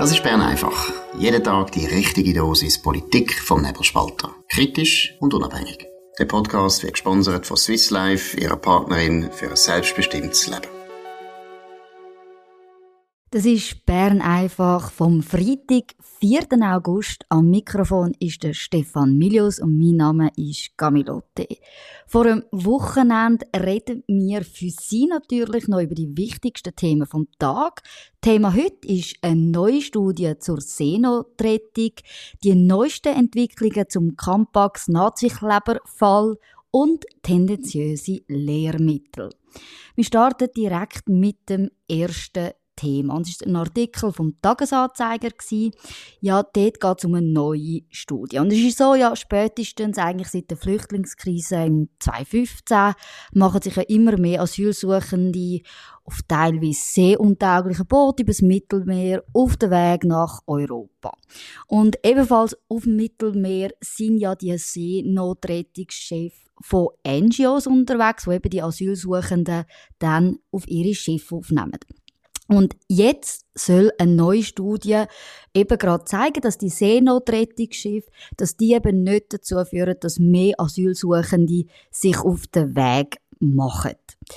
Das ist Bern einfach. Jeden Tag die richtige Dosis Politik vom Nebelspalter. Kritisch und unabhängig. Der Podcast wird gesponsert von Swiss Life, ihrer Partnerin für ein selbstbestimmtes Leben. Das ist Bern einfach vom Freitag, 4. August. Am Mikrofon ist der Stefan Milius und mein Name ist Camilotte. Vor einem Wochenende reden wir für Sie natürlich noch über die wichtigsten Themen vom Tag. Thema heute ist eine neue Studie zur Seenotrettung, die neuesten Entwicklungen zum Campax-Nazi-Kleber-Fall und tendenziöse Lehrmittel. Wir starten direkt mit dem ersten Thema. Und es war ein Artikel vom Tagesanzeiger. Ja, dort geht es um eine neue Studie. Und es ist so, ja, spätestens eigentlich seit der Flüchtlingskrise im 2015 machen sich ja immer mehr Asylsuchende auf teilweise seeuntauglichen Booten über das Mittelmeer auf den Weg nach Europa. Und ebenfalls auf dem Mittelmeer sind ja die Seenotrettungschefs von NGOs unterwegs, die eben die Asylsuchenden dann auf ihre Schiffe aufnehmen. Und jetzt soll eine neue Studie eben gerade zeigen, dass die Seenotrettungsschiffe, dass die eben nicht dazu führen, dass mehr Asylsuchende sich auf den Weg machen.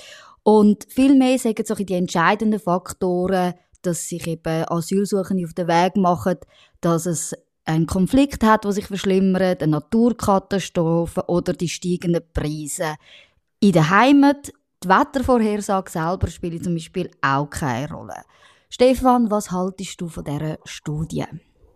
Und vielmehr sagen solche die entscheidenden Faktoren, dass sich eben Asylsuchende auf den Weg machen, dass es einen Konflikt hat, der sich verschlimmert, eine Naturkatastrophe oder die steigenden Preise in der Heimat. Die Wettervorhersage selber spielt zum Beispiel auch keine Rolle. Stefan, was haltest du von dieser Studie?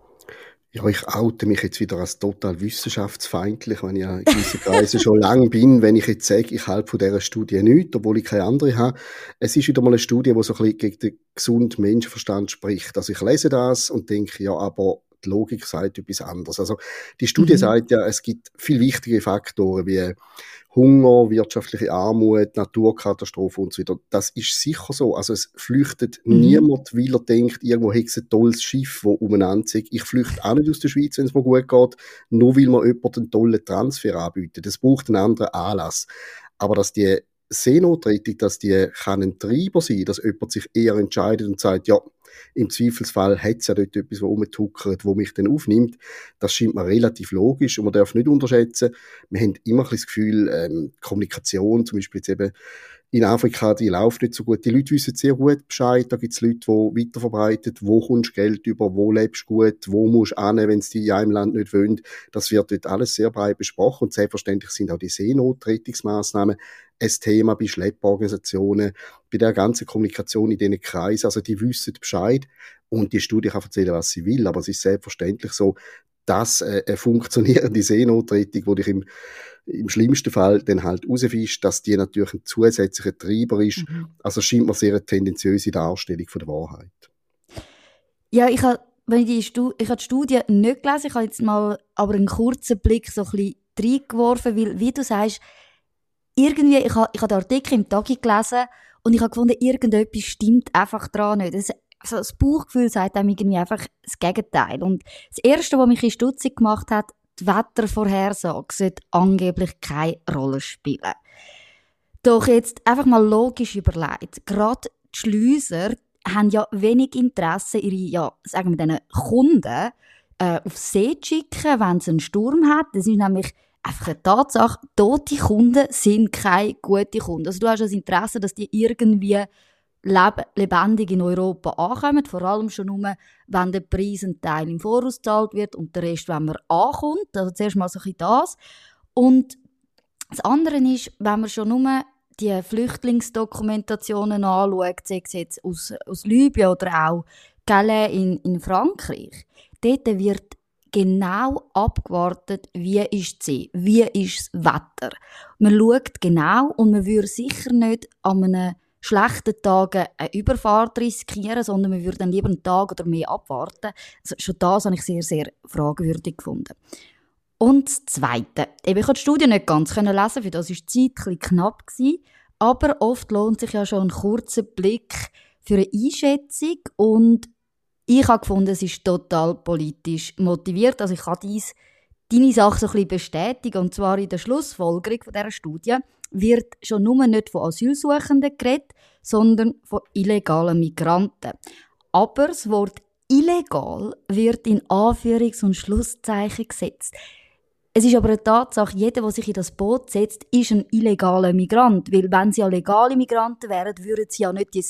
Ja, ich oute mich jetzt wieder als total wissenschaftsfeindlich, wenn ich in gewissen Kreisen schon lange bin, wenn ich jetzt sage, ich halte von dieser Studie nichts, obwohl ich keine andere habe. Es ist wieder mal eine Studie, die so ein bisschen gegen den gesunden Menschenverstand spricht. Also ich lese das und denke, ja, aber die Logik sagt etwas anderes. Also die Studie sagt ja, es gibt viel wichtige Faktoren wie Hunger, wirtschaftliche Armut, Naturkatastrophen und so weiter. Das ist sicher so. Also es flüchtet niemand, weil er denkt, irgendwo hätte es ein tolles Schiff, das umeinander zieht. Ich flüchte auch nicht aus der Schweiz, wenn es mir gut geht, nur weil mir jemand einen tollen Transfer anbietet. Das braucht einen anderen Anlass. Aber dass die Seenotrettung, dass die kann ein Treiber sein, dass jemand sich eher entscheidet und sagt, ja, im Zweifelsfall hat es ja dort etwas, das rumtuckert, wo mich dann aufnimmt. Das scheint mir relativ logisch und man darf nicht unterschätzen. Wir haben immer ein bisschen das Gefühl, Kommunikation, zum Beispiel jetzt eben in Afrika, die läuft nicht so gut. Die Leute wissen sehr gut Bescheid. Da gibt es Leute, die weiterverbreiten, wo kommst du Geld über, wo lebst du gut, wo musst du hin, wenn es die in einem Land nicht wollen. Das wird dort alles sehr breit besprochen und selbstverständlich sind auch die Seenotrettungsmaßnahmen ein Thema bei Schlepporganisationen, bei der ganzen Kommunikation in diesen Kreisen. Also die wissen Bescheid und die Studie kann erzählen, was sie will, aber es ist selbstverständlich so, dass eine funktionierende Seenotrettung, wo dich im schlimmsten Fall dann halt rausfischst, dass die natürlich ein zusätzlicher Treiber ist. Also scheint mir sehr eine tendenziöse Darstellung von der Wahrheit. Ja, ich habe die Studie nicht gelesen, ich habe jetzt mal aber einen kurzen Blick so ein bisschen reingeworfen, weil, wie du sagst, irgendwie, ich habe den Artikel im Tagi gelesen und ich habe gefunden, irgendetwas stimmt einfach dran nicht. Das Bauchgefühl sagt einem irgendwie einfach das Gegenteil. Und das Erste, was mich in Stutzig gemacht hat, die Wettervorhersage sollte angeblich keine Rolle spielen. Doch jetzt einfach mal logisch überlegt. Gerade die Schleuser haben ja wenig Interesse, ihre, sagen wir diesen Kunden auf See zu schicken, wenn es einen Sturm hat. Das ist nämlich einfach eine Tatsache, tote Kunden sind keine guten Kunden. Also du hast das Interesse, dass die irgendwie lebendig in Europa ankommen, vor allem schon nur, wenn der Preis ein Teil im Voraus gezahlt wird und der Rest, wenn man ankommt. Also zuerst mal so ein bisschen das. Und das andere ist, wenn man schon nur die Flüchtlingsdokumentationen anschaut, sei es jetzt aus Libyen oder auch Calais in Frankreich, dort wird genau abgewartet, wie ist die See, wie ist das Wetter. Man schaut genau und man würde sicher nicht an einem schlechten Tagen eine Überfahrt riskieren, sondern man würde dann lieber einen Tag oder mehr abwarten. Also schon das habe ich sehr, sehr fragwürdig gefunden. Und das Zweite. Ich konnte die Studie nicht ganz lesen, für das war die Zeit ein bisschen knapp. Aber oft lohnt sich ja schon ein kurzer Blick für eine Einschätzung. Und ich habe gefunden, es ist total politisch motiviert. Also ich kann deine Sache so ein bisschen bestätigen. Und zwar in der Schlussfolgerung von dieser Studie wird schon nur nicht von Asylsuchenden geredet, sondern von illegalen Migranten. Aber das Wort illegal wird in Anführungs- und Schlusszeichen gesetzt. Es ist aber eine Tatsache, jeder, der sich in das Boot setzt, ist ein illegaler Migrant. Weil wenn sie ja legale Migranten wären, würden sie ja nicht die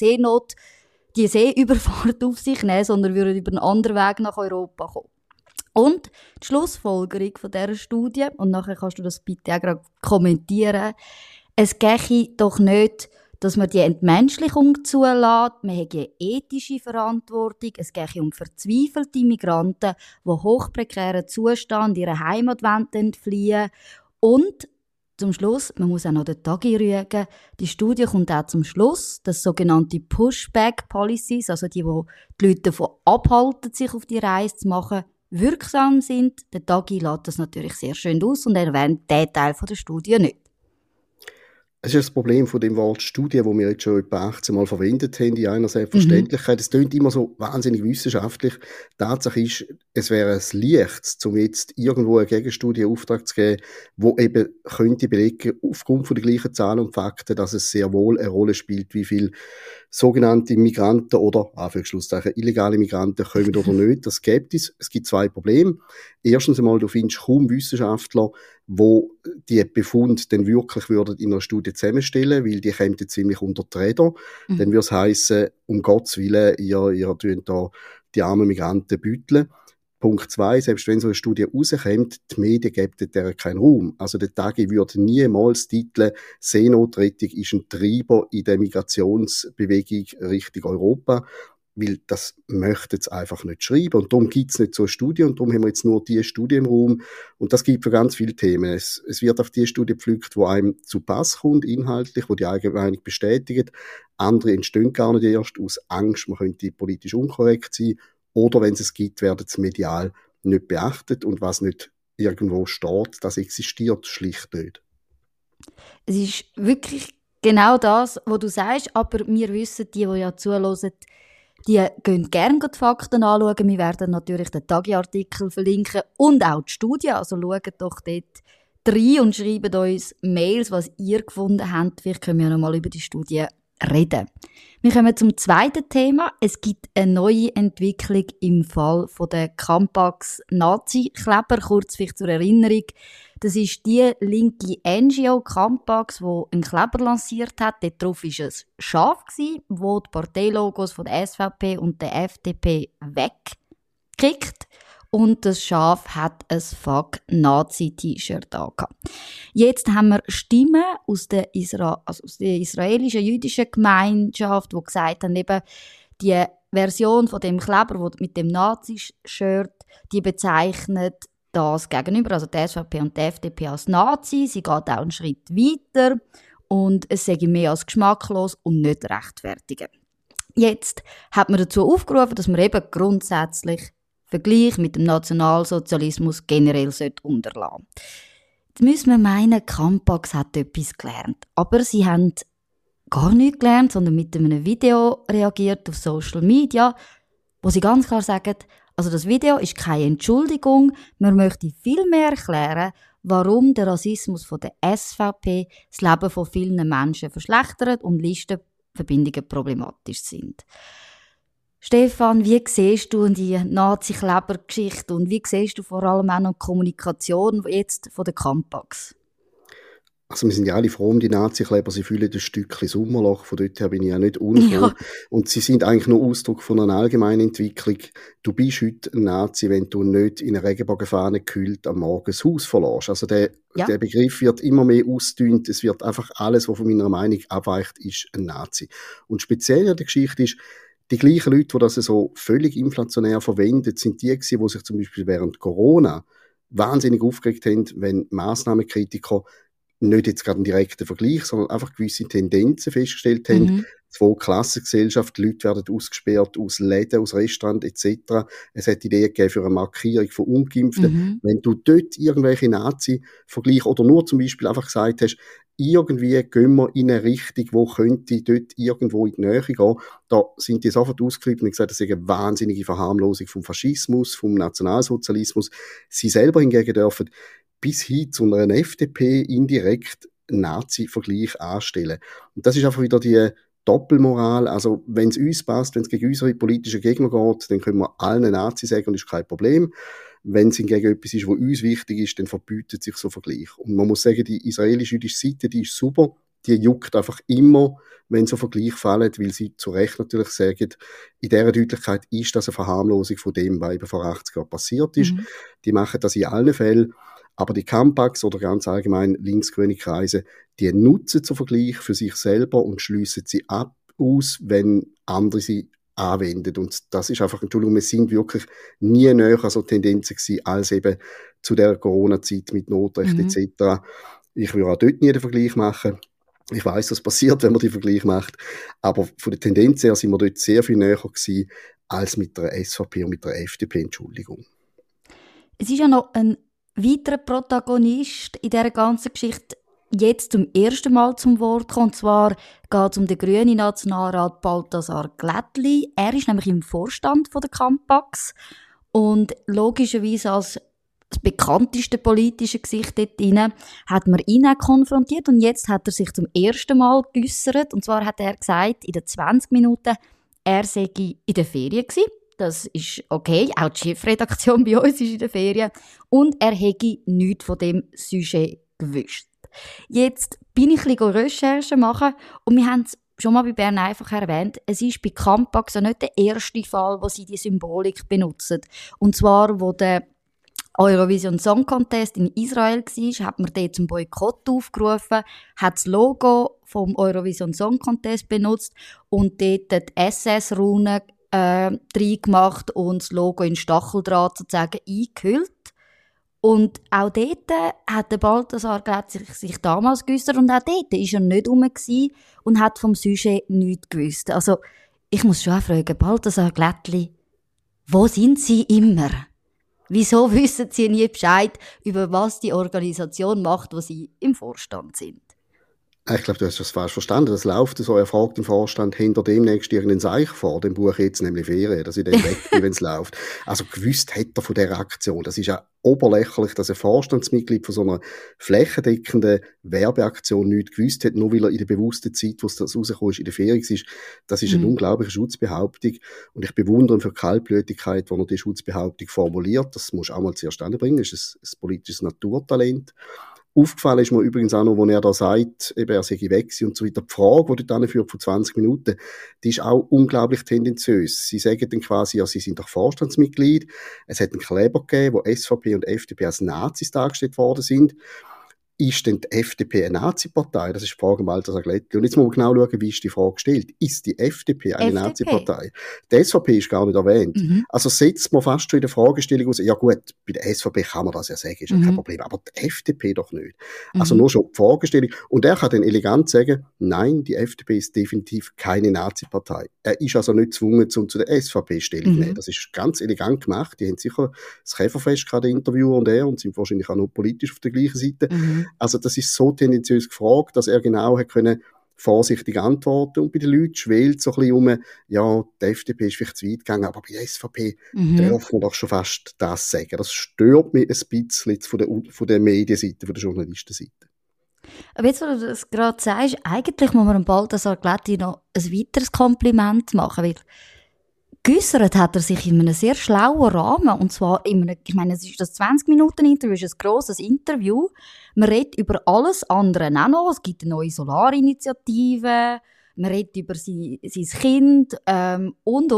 Seeüberfahrt auf sich nehmen, sondern würden über einen anderen Weg nach Europa kommen. Und die Schlussfolgerung von dieser Studie, und nachher kannst du das bitte auch gerade kommentieren, es gehe doch nicht, dass man die Entmenschlichung zulässt, man hat eine ethische Verantwortung, es gehe um verzweifelte Migranten, die hochprekären Zustand ihrer Heimat entfliehen. Und zum Schluss, man muss auch noch den Tag rügen, die Studie kommt auch zum Schluss, dass sogenannte Pushback-Policies, also die Leute davon abhalten, sich auf die Reise zu machen, wirksam sind. Der Tagi lässt das natürlich sehr schön aus und erwähnt diesen Teil der Studie nicht. Es ist das Problem von dem Wort Studie, das wir jetzt schon etwa 18 Mal verwendet haben, in einer Selbstverständlichkeit. Es klingt immer so wahnsinnig wissenschaftlich. Tatsache ist, es wäre es leicht, um jetzt irgendwo eine Gegenstudie in Auftrag zu geben, wo eben könnte belegen, aufgrund von der gleichen Zahlen und Fakten, dass es sehr wohl eine Rolle spielt, wie viele sogenannte Migranten oder, Anführungszeichen, illegale Migranten kommen oder nicht. Das gibt es. Es gibt zwei Probleme. Erstens einmal, du findest kaum Wissenschaftler, wo die Befunde dann wirklich würden in einer Studie zusammenstellen, weil die kämen ziemlich unter die Räder. Dann würde es heissen, um Gottes Willen, ihr tut da die armen Migranten bütteln. Punkt 2, selbst wenn so eine Studie rauskommt, die Medien geben der keinen Raum. Also der Tagi würde niemals titeln, Seenotrettung ist ein Treiber in der Migrationsbewegung Richtung Europa, weil das möchten sie einfach nicht schreiben. Und darum gibt es nicht so eine Studie und darum haben wir jetzt nur diese Studie im Raum. Und das gibt für ganz viele Themen. Es wird auf die Studie gepflückt, die einem zu Pass kommt, inhaltlich, die Allgemeinung bestätigt. Andere entstehen gar nicht erst aus Angst, man könnte politisch unkorrekt sein. Oder wenn es gibt, werden sie medial nicht beachtet. Und was nicht irgendwo steht, das existiert schlicht nicht. Es ist wirklich genau das, was du sagst, aber wir wissen, die ja zuhören, die gehen gerne die Fakten anschauen. Wir werden natürlich den Tagi-Artikel verlinken und auch die Studie. Also schaut doch dort rein und schreibt uns Mails, was ihr gefunden habt. Vielleicht können wir noch mal über die Studie reden. Wir kommen zum zweiten Thema. Es gibt eine neue Entwicklung im Fall der Campax Nazi-Kleber. Kurz vielleicht zur Erinnerung. Das ist die linke NGO Campax, die einen Kleber lanciert hat. Dort drauf war ein Schaf, das die Parteilogos von der SVP und der FDP wegkickt. Und das Schaf hat ein Fuck Nazi-T-Shirt angehabt. Jetzt haben wir Stimmen aus der israelischen jüdischen Gemeinschaft, die gesagt haben, eben die Version von dem Kleber mit dem Nazi-Shirt, die bezeichnet das gegenüber, also die SVP und die FDP als Nazi. Sie geht auch einen Schritt weiter und es sei mehr als geschmacklos und nicht rechtfertigen. Jetzt hat man dazu aufgerufen, dass man eben grundsätzlich Vergleich mit dem Nationalsozialismus generell unterlassen sollte. Jetzt müssen wir meinen, Campax hat etwas gelernt. Aber sie haben gar nichts gelernt, sondern mit einem Video reagiert auf Social Media, wo sie ganz klar sagen, also das Video ist keine Entschuldigung, man möchte vielmehr erklären, warum der Rassismus von der SVP das Leben von vielen Menschen verschlechtert und Listenverbindungen problematisch sind. Stefan, wie siehst du die Nazi-Kleber-Geschichte und wie siehst du vor allem auch noch die Kommunikation jetzt von der Campax? Also wir sind ja alle froh um die Nazi-Kleber, sie fühlen ein Stückchen Sommerloch, von dort her bin ich ja nicht unfroh. Ja. Und sie sind eigentlich nur Ausdruck von einer allgemeinen Entwicklung. Du bist heute ein Nazi, wenn du nicht in eine Regenbogenfahne gekühlt am Morgen das Haus verlässt. Also der Begriff wird immer mehr ausgedünnt, es wird einfach alles, was von meiner Meinung abweicht, ist ein Nazi. Und speziell an der Geschichte ist, die gleichen Leute, die das so völlig inflationär verwenden, sind die gewesen, die sich zum Beispiel während Corona wahnsinnig aufgeregt haben, wenn Massnahmenkritiker nicht jetzt gerade einen direkten Vergleich, sondern einfach gewisse Tendenzen festgestellt haben. Zwei-Klassengesellschaft, die Leute werden ausgesperrt aus Läden, aus Restaurants etc. Es hat Ideen gegeben für eine Markierung von Ungeimpften. Wenn du dort irgendwelche Nazi-Vergleiche oder nur zum Beispiel einfach gesagt hast, irgendwie gehen wir in eine Richtung, wo könnte dort irgendwo in die Nähe gehen, da sind die sofort ausgeflippt und gesagt, das ist eine wahnsinnige Verharmlosung vom Faschismus, vom Nationalsozialismus. Sie selber hingegen dürfen bis hin zu einer FDP indirekt einen Nazi-Vergleich anstellen. Und das ist einfach wieder die Doppelmoral. Also, wenn es uns passt, wenn es gegen unsere politischen Gegner geht, dann können wir allen Nazi sagen und ist kein Problem. Wenn es hingegen etwas ist, was uns wichtig ist, dann verbietet sich so ein Vergleich. Und man muss sagen, die israelisch-jüdische Seite, die ist super. Die juckt einfach immer, wenn so Vergleich fallen, weil sie zu Recht natürlich sagen, in dieser Deutlichkeit ist das eine Verharmlosung von dem, was eben vor 80 Jahren passiert ist. Die machen das in allen Fällen. Aber die Campax oder ganz allgemein linksgrüne Kreise, die nutzen so Vergleich für sich selber und schliessen sie aus, wenn andere sie anwenden. Und das ist einfach, Entschuldigung, wir sind wirklich nie näher an so Tendenzen gewesen, als eben zu der Corona-Zeit mit Notrecht etc. Ich würde auch dort nie den Vergleich machen. Ich weiss, was passiert, wenn man die Vergleich macht. Aber von der Tendenz her sind wir dort sehr viel näher gewesen, als mit der SVP und mit der FDP, Entschuldigung. Es ist ja noch ein weiterer Protagonist in dieser ganzen Geschichte jetzt zum ersten Mal zum Wort kommen. Und zwar geht es um den grünen Nationalrat Balthasar Glättli. Er ist nämlich im Vorstand von der Campax und logischerweise als das bekannteste politische Gesicht dort drin, hat man ihn auch konfrontiert und jetzt hat er sich zum ersten Mal geäussert. Und zwar hat er gesagt, in den 20 Minuten, er sei in der Ferien gewesen. Das ist okay, auch die Chefredaktion bei uns ist in der Ferien. Und er hätte nichts von dem Sujet gewusst. Jetzt bin ich ein bisschen Recherchen machen und wir haben es schon mal bei Bern einfach erwähnt, es ist bei Campax ja nicht der erste Fall, wo sie die Symbolik benutzen. Und zwar, wo der Eurovision Song Contest in Israel war, hat man dort zum Boykott aufgerufen, hat das Logo vom Eurovision Song Contest benutzt und dort die SS-Rune reingemacht und das Logo in Stacheldraht sozusagen eingehüllt. Und auch dort hat der Balthasar Glättli sich damals geäussert und auch dort war er nicht rum und hat vom Sujet nichts gewusst. Also, ich muss schon auch fragen, Balthasar Glättli, wo sind Sie immer? Wieso wissen Sie nie Bescheid, über was die Organisation macht, wo Sie im Vorstand sind? Ich glaube, du hast das falsch verstanden. Das läuft so, er fragt im Vorstand hinter demnächst irgendeinen Seich vor, dem Buch jetzt nämlich Ferien, dass ich dann weg bin, wenn es läuft. Also gewusst hat er von dieser Aktion. Das ist ja oberlächerlich, dass ein Vorstandsmitglied von so einer flächendeckenden Werbeaktion nichts gewusst hat, nur weil er in der bewussten Zeit, wo das rausgekommen ist, in der Ferien war. Das ist eine unglaubliche Schutzbehauptung. Und ich bewundere ihn für die Kaltblütigkeit, wo er die Schutzbehauptung formuliert. Das muss auch mal zuerst anbringen. Das ist ein politisches Naturtalent. Aufgefallen ist mir übrigens auch noch, wo er da sagt, eben, er sei weg und so weiter. Die Frage, die dort anführt von 20 Minuten, die ist auch unglaublich tendenziös. Sie sagen dann quasi, ja, sie sind doch Vorstandsmitglied. Es hat einen Kleber gegeben, wo SVP und FDP als Nazis dargestellt worden sind. Ist denn die FDP eine Nazi-Partei? Das ist die Frage, Balthasar Glättli. Und jetzt muss man genau schauen, wie ist die Frage gestellt. Ist die FDP eine Nazi-Partei? Die SVP ist gar nicht erwähnt. Also setzt man fast schon in der Fragestellung aus, ja gut, bei der SVP kann man das ja sagen, ist ja kein Problem, aber die FDP doch nicht. Also nur schon die Fragestellung. Und er kann dann elegant sagen, nein, die FDP ist definitiv keine Nazi-Partei. Er ist also nicht gezwungen, zu der SVP Stellung zu nehmen. Das ist ganz elegant gemacht. Die haben sicher das Käferfest gerade Interviewer und er und sind wahrscheinlich auch noch politisch auf der gleichen Seite. Also das ist so tendenziös gefragt, dass er genau hat können vorsichtig antworten und bei den Leuten schwelt so ein bisschen um, ja, die FDP ist vielleicht zu weit gegangen, aber bei der SVP darf man doch schon fast das sagen. Das stört mich ein bisschen von der Medienseite, von der Journalistenseite. Aber jetzt, wo du das gerade sagst, eigentlich muss man dem Balthasar Glättli noch ein weiteres Kompliment machen, weil geäussert hat er sich in einem sehr schlauen Rahmen. Und zwar ich meine, es ist das 20-Minuten-Interview, es ist ein grosses Interview. Man redet über alles andere auch noch. Es gibt eine neue Solarinitiative. Man redet über sein Kind und.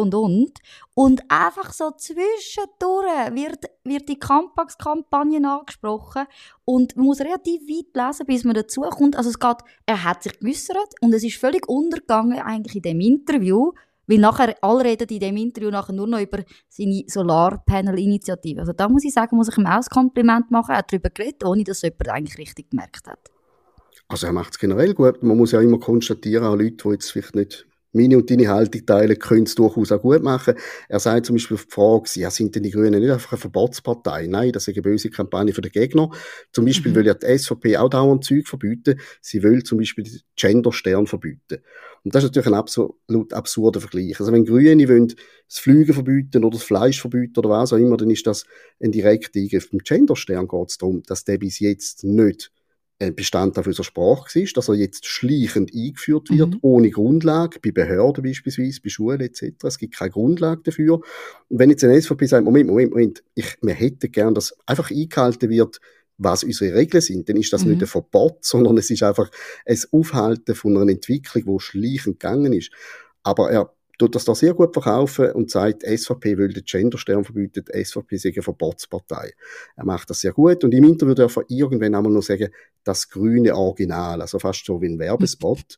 Und einfach so zwischendurch wird die Campax-Kampagne angesprochen. Und man muss relativ weit lesen, bis man dazu kommt. Also er hat sich geäussert und es ist völlig untergegangen eigentlich in dem Interview. Weil nachher alle reden in diesem Interview nachher nur noch über seine Solarpanel-Initiative. Also da muss ich sagen, muss ich ihm auch ein Kompliment machen. Er hat darüber geredet, ohne dass jemand eigentlich richtig gemerkt hat. Also er macht es generell gut. Man muss ja immer konstatieren, auch Leute, die jetzt vielleicht nicht meine und deine Haltung teilen, können es durchaus auch gut machen. Er sagt zum Beispiel auf die Frage, ja, sind denn die Grünen nicht einfach eine Verbotspartei? Nein, das ist eine böse Kampagne für den Gegner. Zum Beispiel will ja die SVP auch dauernd Zeug verbieten. Sie will zum Beispiel den Genderstern verbieten. Und das ist natürlich ein absolut absurder Vergleich. Also wenn Grüne wollen das Fliegen verbieten oder das Fleisch verbieten oder was auch immer, dann ist das ein direkter Eingriff. Beim Genderstern geht es darum, dass der bis jetzt nicht ein Bestandteil unserer Sprache war, dass er jetzt schleichend eingeführt wird, ohne Grundlage, bei Behörden beispielsweise, bei Schulen etc. Es gibt keine Grundlage dafür. Und wenn jetzt eine SVP sagt, Moment, wir hätten gern, dass einfach eingehalten wird, was unsere Regeln sind, dann ist das nicht ein Verbot, sondern es ist einfach ein Aufhalten von einer Entwicklung, die schleichend gegangen ist. Aber er tut das da sehr gut verkaufen und sagt, die SVP will den Genderstern verbieten, die SVP sei eine Verbotspartei. Er macht das sehr gut und im Interview darf er irgendwann einmal noch sagen, das grüne Original, also fast so wie ein Werbespot.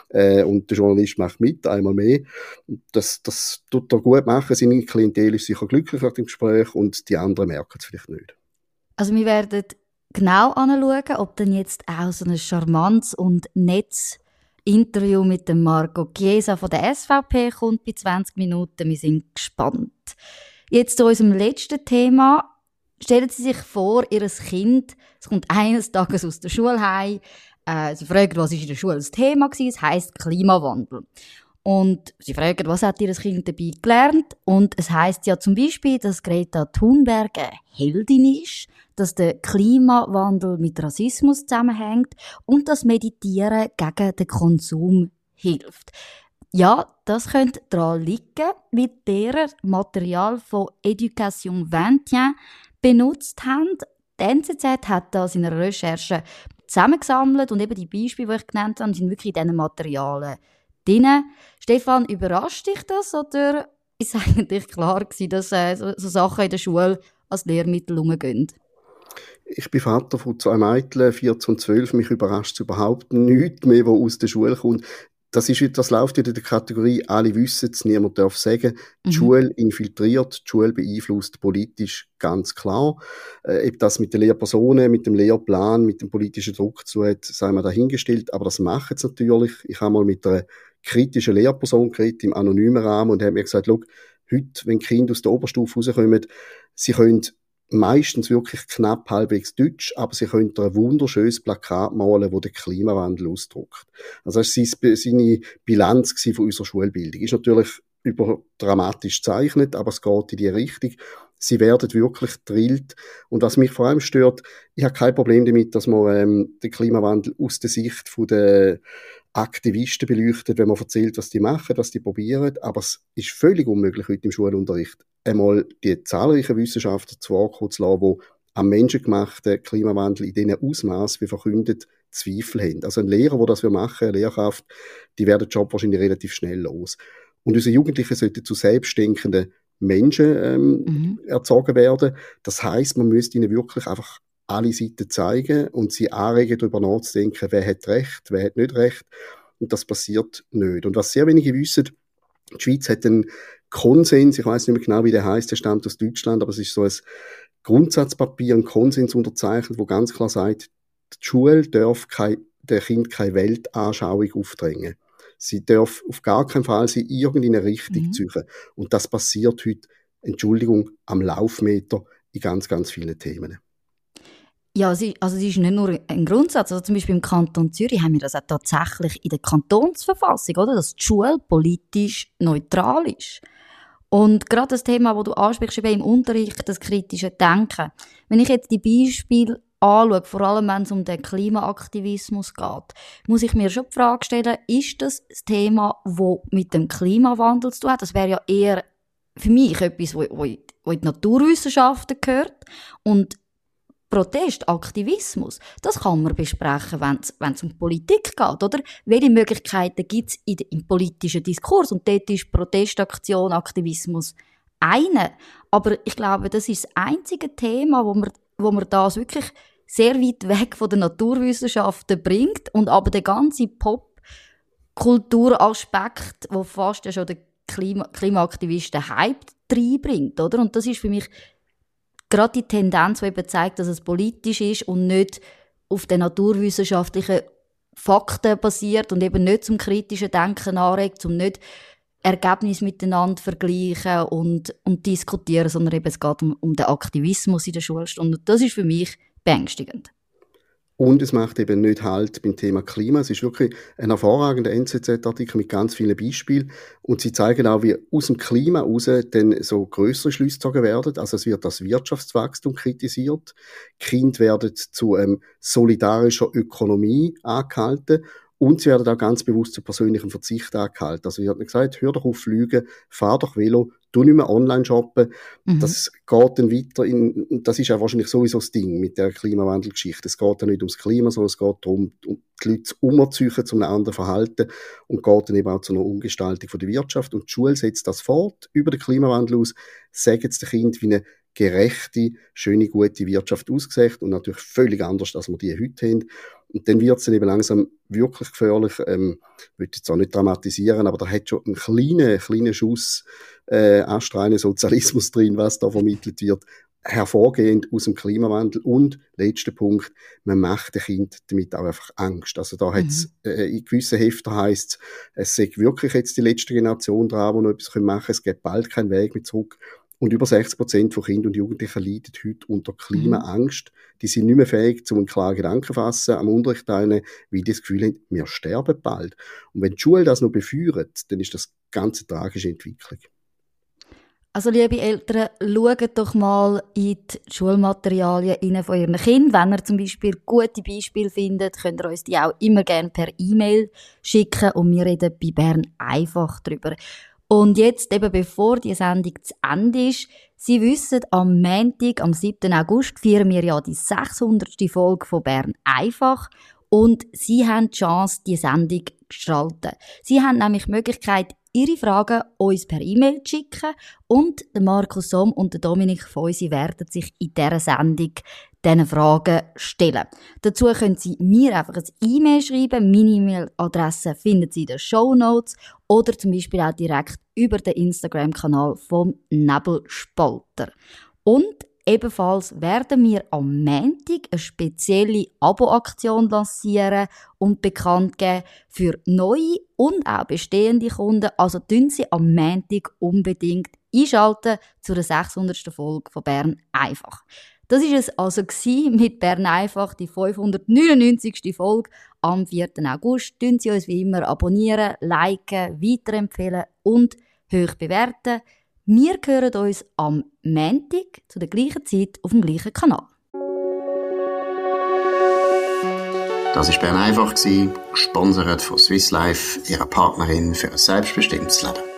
Und der Journalist macht mit, einmal mehr. Das tut er gut machen, seine Klientel ist sicher glücklich nach dem Gespräch und die anderen merken es vielleicht nicht. Also wir werden genau anschauen, ob dann jetzt auch so ein charmantes und nettes Interview mit dem Marco Chiesa von der SVP kommt bei 20 Minuten. Wir sind gespannt. Jetzt zu unserem letzten Thema. Stellen Sie sich vor, Ihr Kind, es kommt eines Tages aus der Schule heim. Sie fragen, was ist in der Schule das Thema gewesen? Es heisst Klimawandel. Und Sie fragen, was hat Ihr Kind dabei gelernt? Und es heisst ja zum Beispiel, dass Greta Thunberg eine Heldin ist, dass der Klimawandel mit Rassismus zusammenhängt und dass Meditieren gegen den Konsum hilft. Ja, das könnte daran liegen, weil deren Material von Education 21 benutzt haben. Die NZZ hat das in einer Recherche zusammengesammelt und eben die Beispiele, die ich genannt habe, sind wirklich in diesen Materialien drin. Stefan, überrascht dich das oder ist eigentlich klar gewesen, dass so Sachen in der Schule als Lehrmittel umgehen? Ich bin Vater von 2 Mädchen, 14 und 12. Mich überrascht überhaupt nichts mehr, was aus der Schule kommt. Das läuft wieder in der Kategorie, alle wissen es, niemand darf sagen. Die Schule infiltriert, die Schule beeinflusst politisch ganz klar. Ob das mit den Lehrpersonen, mit dem Lehrplan, mit dem politischen Druck zu hat, sei mal dahingestellt. Aber das machen sie natürlich. Ich habe mal mit einer kritischen Lehrperson geredet, im anonymen Rahmen, und habe mir gesagt, schau, heute, wenn Kinder aus der Oberstufe rauskommen, sie können meistens wirklich knapp halbwegs Deutsch, aber sie können ein wunderschönes Plakat malen, das den Klimawandel ausdrückt. Also das war seine Bilanz von unserer Schulbildung. Ist natürlich überdramatisch gezeichnet, aber es geht in die Richtung. Sie werden wirklich drillt. Und was mich vor allem stört, ich habe kein Problem damit, dass man den Klimawandel aus der Sicht der Aktivisten beleuchtet, wenn man erzählt, was die machen, was die probieren. Aber es ist völlig unmöglich heute im Schulunterricht, einmal die zahlreichen Wissenschaftler zu Wort kommen zu lassen, die am menschengemachten Klimawandel in diesem Ausmaß wie verkündet Zweifel haben. Also ein Lehrer, der das machen will, eine Lehrkraft, die werden den Job wahrscheinlich relativ schnell los. Und unsere Jugendlichen sollten zu selbstdenkenden Menschen erzogen werden. Das heisst, man müsste ihnen wirklich einfach alle Seiten zeigen und sie anregen, darüber nachzudenken, wer hat Recht, wer hat nicht Recht. Und das passiert nicht. Und was sehr wenige wissen, die Schweiz hat einen Konsens, ich weiss nicht mehr genau, wie der heisst, der stammt aus Deutschland, aber es ist so ein Grundsatzpapier, ein Konsens unterzeichnet, wo ganz klar sagt, die Schule darf der Kind keine Weltanschauung aufdrängen. Sie darf auf gar keinen Fall sie irgendeine Richtung ziehen. Und das passiert heute, Entschuldigung, am Laufmeter in ganz, ganz vielen Themen. Ja, es ist nicht nur ein Grundsatz. Also zum Beispiel im Kanton Zürich haben wir das auch tatsächlich in der Kantonsverfassung, oder? Dass die Schule politisch neutral ist. Und gerade das Thema, das du ansprichst, eben im Unterricht, das kritische Denken. Wenn ich jetzt die Beispiele anschaue, vor allem wenn es um den Klimaaktivismus geht, muss ich mir schon die Frage stellen, ist das Thema, das mit dem Klimawandel zu tun hat? Das wäre ja eher für mich etwas, was in die Naturwissenschaften gehört. Und Protest, Aktivismus, das kann man besprechen, wenn es um Politik geht, oder? Welche Möglichkeiten gibt es im politischen Diskurs? Und dort ist Protestaktion, Aktivismus eine. Aber ich glaube, das ist das einzige Thema, wo man das wirklich sehr weit weg von den Naturwissenschaften bringt und aber den ganzen Pop-Kulturaspekt, wo fast ja schon der Klimaaktivisten Hype reinbringt, oder? Und das ist für mich gerade die Tendenz, die eben zeigt, dass es politisch ist und nicht auf den naturwissenschaftlichen Fakten basiert und eben nicht zum kritischen Denken anregt, um nicht Ergebnisse miteinander vergleichen und diskutieren, sondern eben es geht um den Aktivismus in der Schulstunde. Und das ist für mich beängstigend. Und es macht eben nicht Halt beim Thema Klima. Es ist wirklich ein hervorragender NZZ-Artikel mit ganz vielen Beispielen. Und sie zeigen auch, wie aus dem Klima raus dann so grössere Schlüsse gezogen werden. Also es wird das Wirtschaftswachstum kritisiert. Kinder werden zu solidarischer Ökonomie angehalten. Und sie werden auch ganz bewusst zu persönlichem Verzicht angehalten. Also, ich habe gesagt, hör doch auf Fliegen, fahr doch Velo, tu nicht mehr online shoppen. Das geht dann weiter das ist ja wahrscheinlich sowieso das Ding mit der Klimawandelgeschichte. Es geht ja nicht ums Klima, sondern es geht darum, die Leute zu umzuziehen zu einem anderen Verhalten und geht dann eben auch zu einer Umgestaltung von der Wirtschaft. Und die Schule setzt das fort über den Klimawandel aus, sagt es den Kindern, wie eine gerechte, schöne, gute Wirtschaft aussieht und natürlich völlig anders, als wir die heute haben. Und dann wird es dann eben langsam wirklich gefährlich. Ich will jetzt auch nicht dramatisieren, aber da hat schon einen kleinen Schuss astreinen Sozialismus drin, was da vermittelt wird, hervorgehend aus dem Klimawandel. Und letzter Punkt, man macht den Kindern damit auch einfach Angst. Also da hat's, in gewissen Heften heisst es sei wirklich jetzt die letzte Generation dran, die noch etwas machen können. Es gibt bald keinen Weg mehr zurück. Und über 60% von Kindern und Jugendlichen leiden heute unter Klimaangst. Die sind nicht mehr fähig, einen klaren Gedanken zu fassen, am Unterricht teilnehmen, weil die das Gefühl haben, wir sterben bald. Und wenn die Schule das noch befeuert, dann ist das ganz eine tragische Entwicklung. Also, liebe Eltern, schaut doch mal in die Schulmaterialien von ihren Kindern. Wenn ihr zum Beispiel gute Beispiele findet, könnt ihr uns die auch immer gerne per E-Mail schicken und wir reden bei Bern einfach drüber. Und jetzt, eben bevor die Sendung zu Ende ist, Sie wissen, am Montag, am 7. August, feiern wir ja die 600. Folge von Bern einfach. Und Sie haben die Chance, die Sendung zu gestalten. Sie haben nämlich die Möglichkeit, Ihre Fragen uns per E-Mail zu schicken. Und Markus Somm und Dominik Feusi werden sich in dieser Sendung diesen Fragen stellen. Dazu können Sie mir einfach ein E-Mail schreiben. Meine E-Mail-Adresse finden Sie in den Shownotes oder zum Beispiel auch direkt über den Instagram-Kanal vom Nebelspalter. Und ebenfalls werden wir am Montag eine spezielle Abo-Aktion lancieren und bekannt geben für neue und auch bestehende Kunden. Also tun Sie am Montag unbedingt einschalten zu der 600. Folge von Bern einfach. Das war es also mit Bern einfach, die 599. Folge am 4. August. Tun Sie uns wie immer abonnieren, liken, weiterempfehlen und hoch bewerten. Wir hören uns am Montag zu der gleichen Zeit auf dem gleichen Kanal. Das war Bern einfach, gesponsert von Swiss Life, ihrer Partnerin für ein selbstbestimmtes Leben.